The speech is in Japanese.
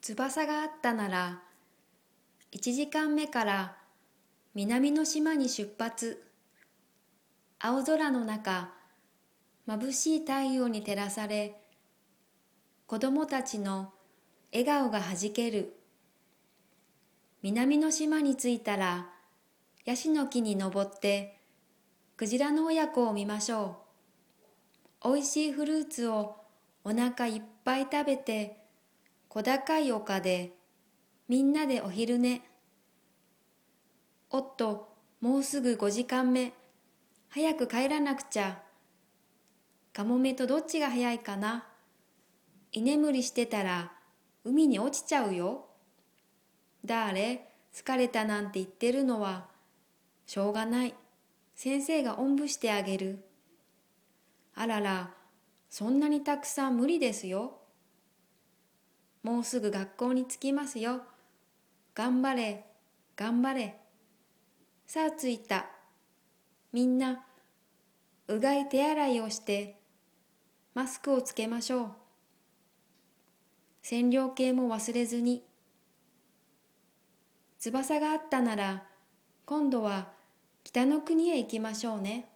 翼があったなら、1時間目から南の島に出発。青空の中、眩しい太陽に照らされ、子供たちの笑顔がはじける。南の島に着いたら、ヤシの木に登って、クジラの親子を見ましょう。おいしいフルーツをお腹いっぱい食べて、小高い丘でみんなでお昼寝。おっと、もうすぐ5時間目。早く帰らなくちゃ。カモメとどっちが早いかな。居眠りしてたら海に落ちちゃうよ。だーれ、疲れたなんて言ってるのは、しょうがない。先生がおんぶしてあげる。あらら、そんなにたくさん無理ですよ。もうすぐ学校に着きますよ。頑張れ、頑張れ。さあ着いた。みんな、うがい手洗いをして、マスクをつけましょう。線量計も忘れずに。翼があったなら、今度は北の国へ行きましょうね。